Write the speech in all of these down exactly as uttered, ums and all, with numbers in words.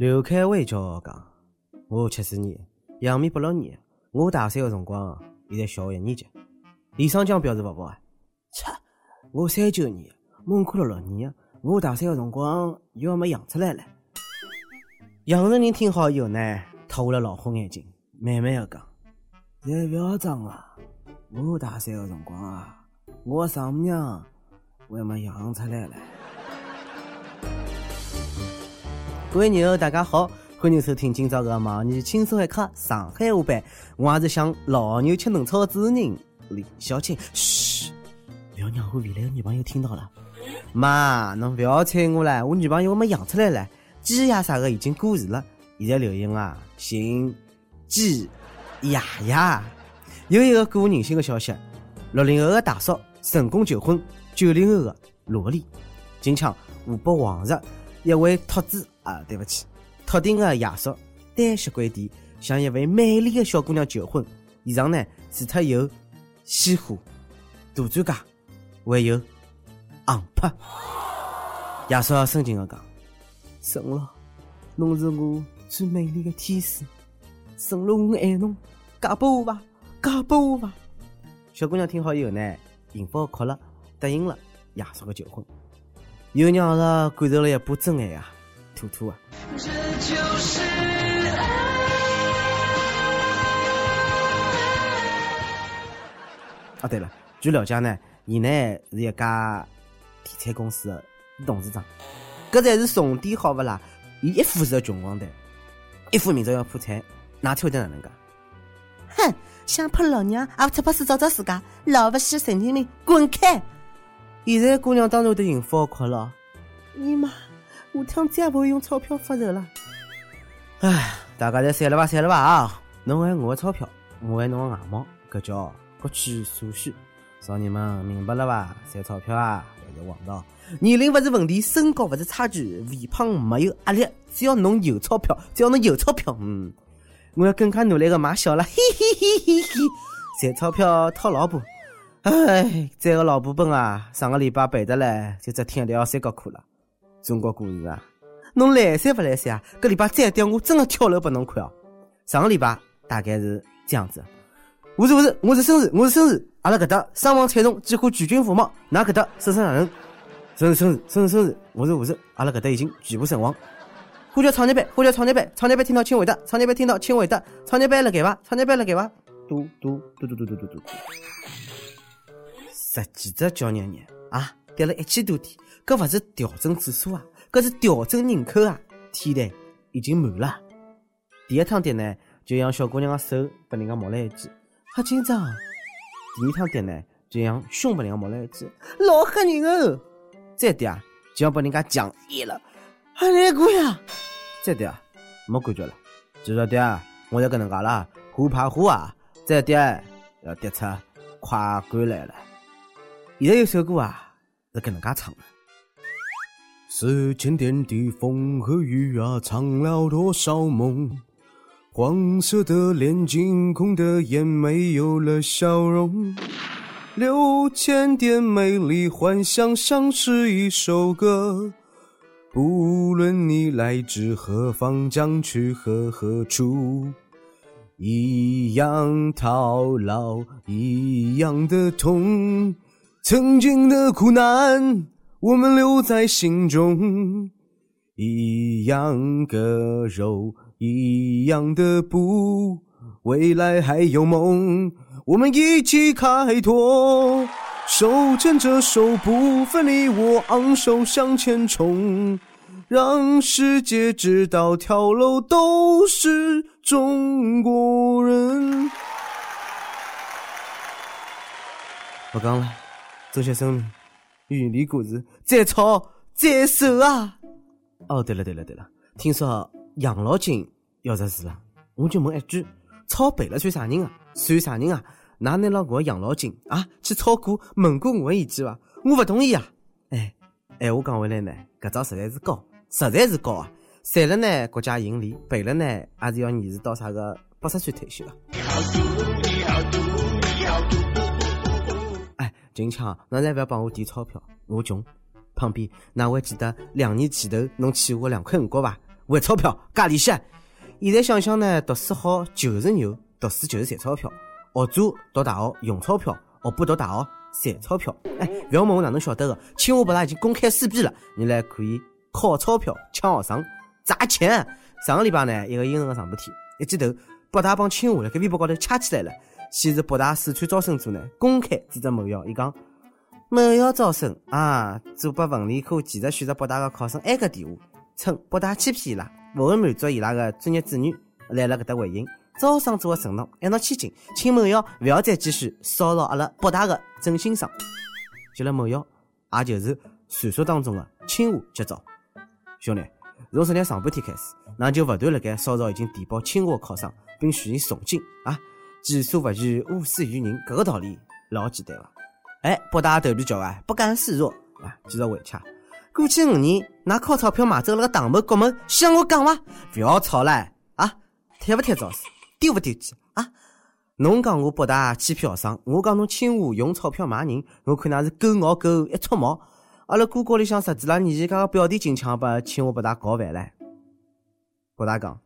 刘开伟教讲，我七四年，杨幂八六年，我大三个辰光，现在小学一年级。李双江表示不服啊，切，我三九年，孟可六六年，我大三个辰光又要没养出来了。杨成人听好以后呢，脱下了老花眼镜，慢慢的讲，才不要装啊，我大三个辰光啊，我丈母娘我还没养出来了。各位友大家好，欢迎收听今朝的网易轻松一刻上海话版，我也是想老牛吃嫩草的主持人李小青。嘘，不要让我未来的女朋友听到了。妈，侬不要催我了，我女朋友我没养出来了，鸡呀啥的已经过时了，现在流行啊寻鸡呀呀。有一个鼓舞人心的消息，六零后的大叔成功求婚九零后的萝莉。近腔湖北黄石一位拓子啊，对不起，特定的爷叔单膝跪地向一位美丽的小姑娘求婚，以上呢除脱有鲜花、大钻戒，还有昂拍。爷叔深情的讲：沈老，侬是我最美丽的天使，沈老我爱侬，嫁拨我吧，嫁拨我吧。小姑娘听好以后呢，幸福的哭了，答应了爷叔的求婚。有娘子感受了一把真爱啊，兔兔啊！这就是爱。啊，对了，据了解呢，伊呢是一家地产公司的董事长，搿才是重点好勿啦？伊一副是个穷光蛋，一副明朝要破产，哪听会得哪能介？哼，想泼老娘，也出把屎找找自家，老不死神经病，滚开！现在姑娘当然会幸福哭了，姨妈，下趟再也不会用钞票发愁了。唉，大家再散了吧，散了吧啊！侬爱我的钞票，我爱侬的外貌，搿叫各取所需。少年们明白了吧？赚钞票啊，要有王道。年龄不是问题，身高不是差距，肥胖没有压力，只要侬有钞票，只要侬有钞票，嗯，我要更加努力的买小了，嘿嘿嘿嘿嘿，赚钞票讨老婆。唉，这个老婆本啊，上个礼拜背得来就只听了三角课了。中国故事啊，侬来三不来三啊？搿礼拜再掉我真的跳楼拨侬看哦。上个礼拜大概是这样子，不是不是，我是生日，我是生日，阿拉搿搭双方彩中几乎全军覆没，㑚搿搭生生哪能？生日生日生日生日，我是我是，阿拉搿搭已经全部阵亡。呼叫创业板，呼叫创业板，创业板听到请回答，创业板听到请回答，创业板辣盖伐？创业板辣盖伐？嘟嘟嘟嘟嘟嘟嘟嘟。十几只交易日啊，跌了一千多点，搿勿是调整指数啊，搿是调整人口啊，天台已经满了。第一趟跌呢，就让小姑娘的手被人家摸了一记，吓紧张。第二趟跌呢，就让胸被人家摸了一记，老吓人哦。再跌啊，就要被人家讲一了，好难过呀。再跌啊，没感觉了，继续跌啊，我就搿能介了，虎怕虎啊，再跌要跌出快感来了。现在有首歌啊，是搿能介唱的：时间点滴，风和雨啊，藏了多少梦？黄色的脸，惊恐的眼，没有了笑容。六千点美丽幻想，像是一首歌。不论你来自何方，将去何何处，一样套牢，一样的痛。曾经的苦难我们留在心中，一样割肉，一样的布，未来还有梦，我们一起开拓，手牵着手不分你我，昂首向前冲，让世界知道跳楼都是中国人。我讲了，珍惜生命，远离故事，再吵再守啊！哦，对了对了对了，听说养老金要实施了，我就问一句，炒赔了算啥人啊？算啥人啊？哪拿了我养老金啊去炒股？问过我的意见伐？我不同意啊！哎，哎，我讲回来呢，搿招实在是高，实在是高啊！赚了呢国家盈利，赔了呢还是要延迟到啥个八十岁退休了。你好赌，你好赌，你好赌。哎，金强，侬再不要帮我抵钞票，我穷。旁边，哪会记得两年前头侬欠我两块五角伐？ 为钞票加利息。现在想想呢，读书好就是牛，读书就是赚钞票。学做读大学用钞票，学不读大学赚钞票。哎，不要问我哪能晓得的，清华北大已经公开撕逼了，你来可以靠钞票抢学生砸钱。上个礼拜呢，一个阴人的上半天，一记头北大帮清华辣盖微博高头掐起来了。先是北大四川招生组呢公开指责某校，伊讲某校招生啊，做拨文理科技术选择北大的考生挨个电话，称北大欺骗伊拉，勿会满足伊拉的专业志愿，来了搿搭回应。招生组的承诺一诺千金，请某校勿要再继续骚扰阿拉北大的真心生。就辣某校，也就是传说当中的清华绝招。兄弟，从昨天上半天开始，那就勿断辣盖骚扰已经填报清华的考生，并许伊送金啊！己所不欲，勿施于人，搿个道理老简单了。哎，北大头皮教啊，不甘示弱啊，继续回洽。过去五年，㑚靠钞票买走了个党某国某，向我讲伐？勿要吵了啊！贴勿贴招式？丢勿丢气啊？侬讲我北大欺骗学生，我讲侬清华用钞票买人，我看㑚是狗咬狗一撮毛。阿拉高校里向实际浪年纪家个表弟进腔把清华北大搞烦了。北大讲，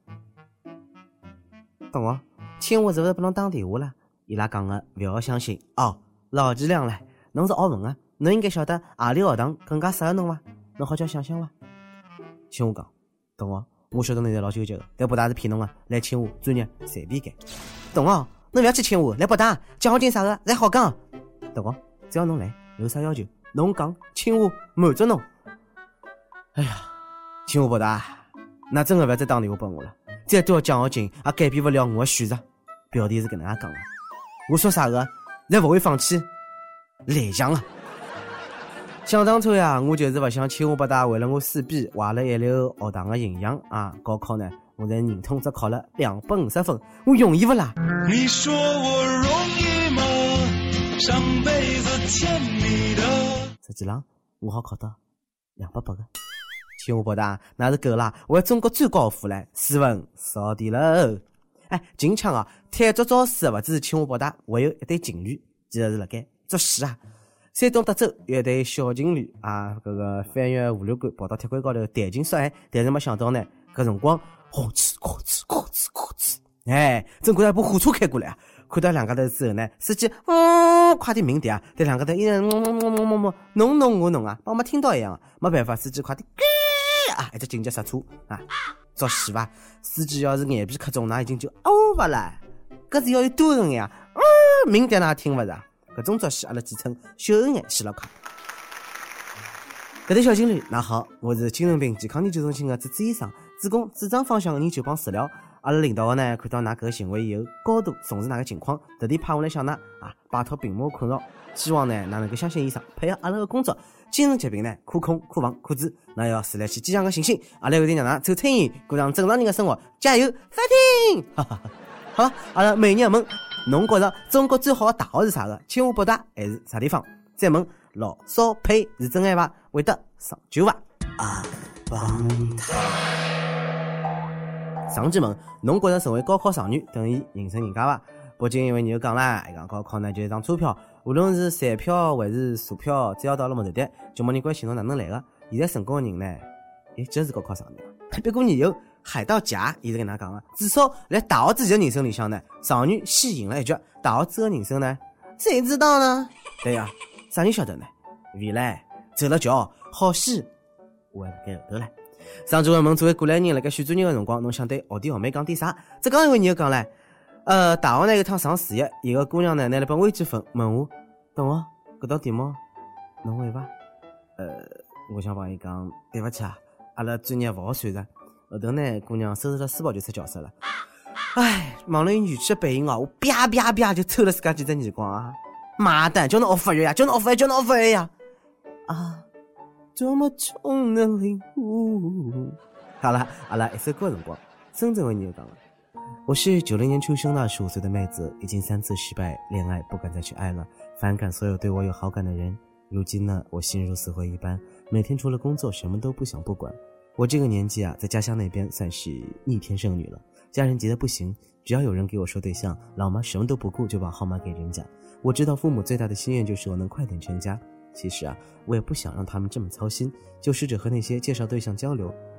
同学，清华是勿是拨侬打电话了？伊拉讲个勿要相信哦，老伎俩了。侬是学文个，侬应该晓得何里学堂更加适合侬伐？侬好叫想想伐？清华讲，同学，我晓得侬现在老纠结个，但北大是骗侬个，来清华专业随便改。同学，侬勿要去清华，来北大奖学金啥个侪好讲。同学，只要侬来，有啥要求？侬讲清华满足侬。哎呀，清华北大，那真的勿要再打电话拨我了。再多奖学金也改变勿了我的选择。表弟是搿能介讲的，我说啥个，侪勿会放弃。来强了。想当初呀，我就是勿想清华北大为了我撕逼坏了一流学堂的形象啊！高考呢，我才认通只考了两百五十分，我容易勿啦？你说我容易吗？上辈子欠你的。实际上，我好考到两百八个。清华北大那是够啦，为中国最高富唻，斯文扫地喽！哎，近腔啊，推足招式勿只是清华北大，还有一对情侣，其实是辣盖作戏啊。山东德州有一对小情侣啊，搿个翻越五六关跑到铁轨高头谈情说爱，但是没想到呢，搿辰光轰哧哐哧哐哧哐哧，哎，正赶上一部火车开过来啊！看到两家头之后呢，司机嗯快点鸣笛啊，对两家头一人么么么么么么侬侬我侬啊，帮我没听到一样啊，没办法，司机快点啊，一只紧急刹车啊，作死伐？司机要是眼皮磕中，那已经就 over 了，搿是要有多恩呀，嗯，鸣笛哪听勿着？搿种作戏阿拉简称秀恩爱西老卡。搿对小情侣，那好，我是精神病健康研究中心的主治医生，主攻智障方向的研究帮治疗。阿拉领导的呢，看到㑚搿个行为以后，高度重视㑚个情况，特地派我来向㑚啊摆脱病魔困扰，希望呢㑚能够相信医生，配合阿拉个工作。精神疾病呢，可控、可防、可治，㑚要树立起坚强个信心。阿拉一定让㑚走出阴影，过上正常人的生活。加油 ，fighting！ 哈哈哈。好了，阿拉每日问，侬觉着中国最好的大学是啥个？清华北大还是啥地方？再问老少配是真爱伐？会得长久伐？啊，帮他。上句问，侬觉着成为高考状元等于人生赢家伐？北京一位人就讲啦，伊讲高考呢就是一张钞票，无论是彩票还是傻票，只要到了目的地，就没人关心侬哪能来个。现在成功的人呢，也就是高考状元。别过年后。海盗甲伊是跟他讲啊，至少在大学之前的人生里向呢，状元先赢了一局，大学之后的人生呢，谁知道呢？对呀、啊，啥人晓得呢？未来走了桥，好戏还在后头了。上周问作为过来人辣盖选专业的辰光，侬想对学弟学妹讲点啥？浙江一位人就讲唻，呃，大学呢有趟上事业，一个姑娘呢拿了本微积分问我，同学搿道题目侬会伐？呃，我想帮伊讲，对勿起啊，阿拉专业勿好算着。后头呢，姑娘收拾了书包就出教室了。唉，望了伊语气的背影啊，我啪啪啪就抽了自家几只耳光啊！妈蛋，叫侬学法律呀，叫侬学法律，叫侬学法律呀！啊，多么重的领悟。好了，阿拉一首歌的辰光，深圳为你讲了。我是九零年出生的二十五岁的妹子，已经三次失败恋爱，不敢再去爱了，反感所有对我有好感的人。如今呢，我心如死灰一般，每天除了工作什么都不想不管。我这个年纪啊，在家乡那边算是逆天剩女了，家人急得不行，只要有人给我说对象，老妈什么都不顾就把号码给人家。我知道父母最大的心愿就是我能快点成家，其实啊，我也不想让他们这么操心，就试着和那些介绍对象交流。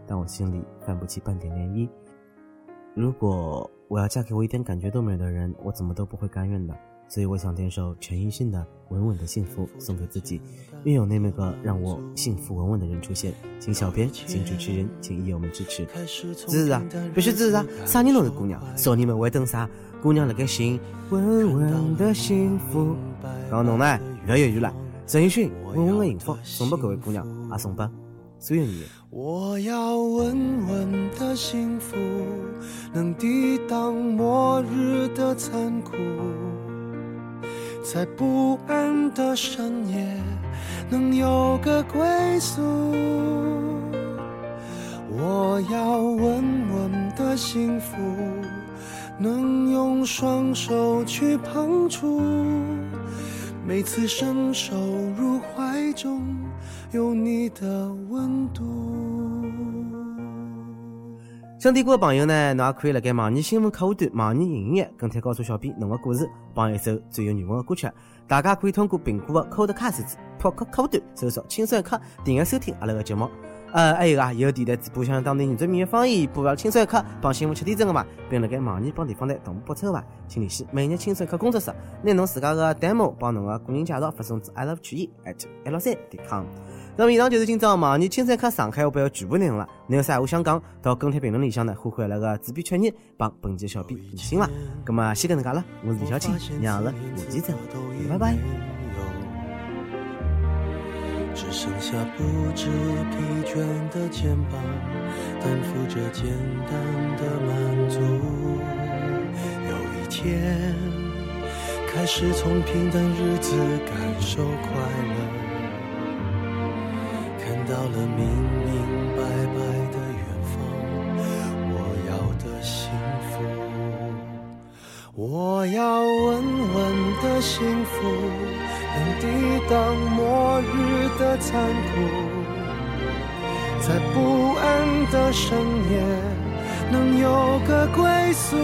但我心里泛不起半点涟漪。如果我要嫁给我一点感觉都没有的人，我怎么都不会甘愿的。所以我想点首陈奕迅的《稳稳的幸福》送给自己，愿有那么个让我幸福稳稳的人出现。请小编，请主持人，请益友们支持，支持啊，必须支持啊！啥人都是姑娘，少年们会等啥？姑娘那个心，稳稳的幸福。刚侬呢，不要犹豫了，陈奕迅《稳稳的幸福》送给各位姑娘，也送给所有人。 我要稳稳的幸福，能抵挡末日的残酷，在不安的深夜能有个归宿。我要稳稳的幸福，能用双手去碰触，每次伸手入怀中有你的温度。 想听歌的朋友呢，侬也可以辣盖网易新闻客户端、网易云音乐跟帖告诉小编侬个故事，帮一首最有缘分的歌曲。大家可以通过苹果的 Podcast 播客客户端搜索轻松一刻，订阅收听阿拉个节目。呃，还有啊，有电台直播像当地原汁原味方言播了轻松一刻帮新闻七点钟的嘛，并辣盖网易帮地方台同步播出的嘛，请联系每日轻松一刻工作室，拿侬自家的 demo 帮侬个个人介绍发送至 i love 曲艺 at l 三 点 com。那么以上就是今朝网易轻松一刻上海话版的全部内容了。侬有啥话想讲，到跟帖评论里向呢，呼唤阿拉个主编确认帮本期小编联系伐。咁么先跟大家了，我是李小青，让阿拉下期再会，拜拜。 只剩下不知疲倦的肩膀，担负着简单的满足。有一天开始从平淡日子感受快乐，看到了明明白白的远方，我要的幸福。我要稳稳的幸福，能抵挡末日的残酷，在不安的深夜能有个归宿。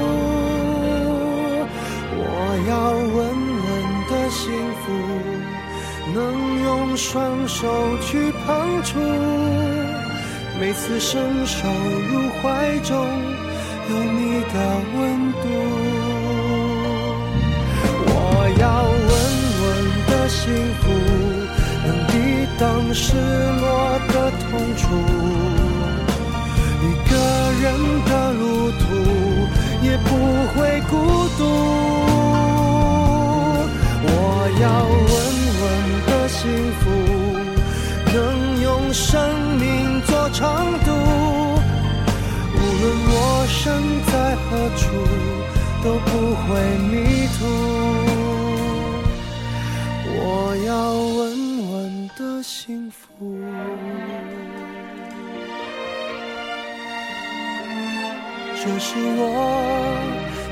我要稳稳的幸福，能用双手去碰触，每次伸手入怀中有你的温度。我要稳稳的幸福，能抵挡失落的痛楚，一个人的路途也不会孤独。我要稳稳的幸福，能用生命做长度，无论我身在何处都不会迷途。我要稳稳的幸福，这是我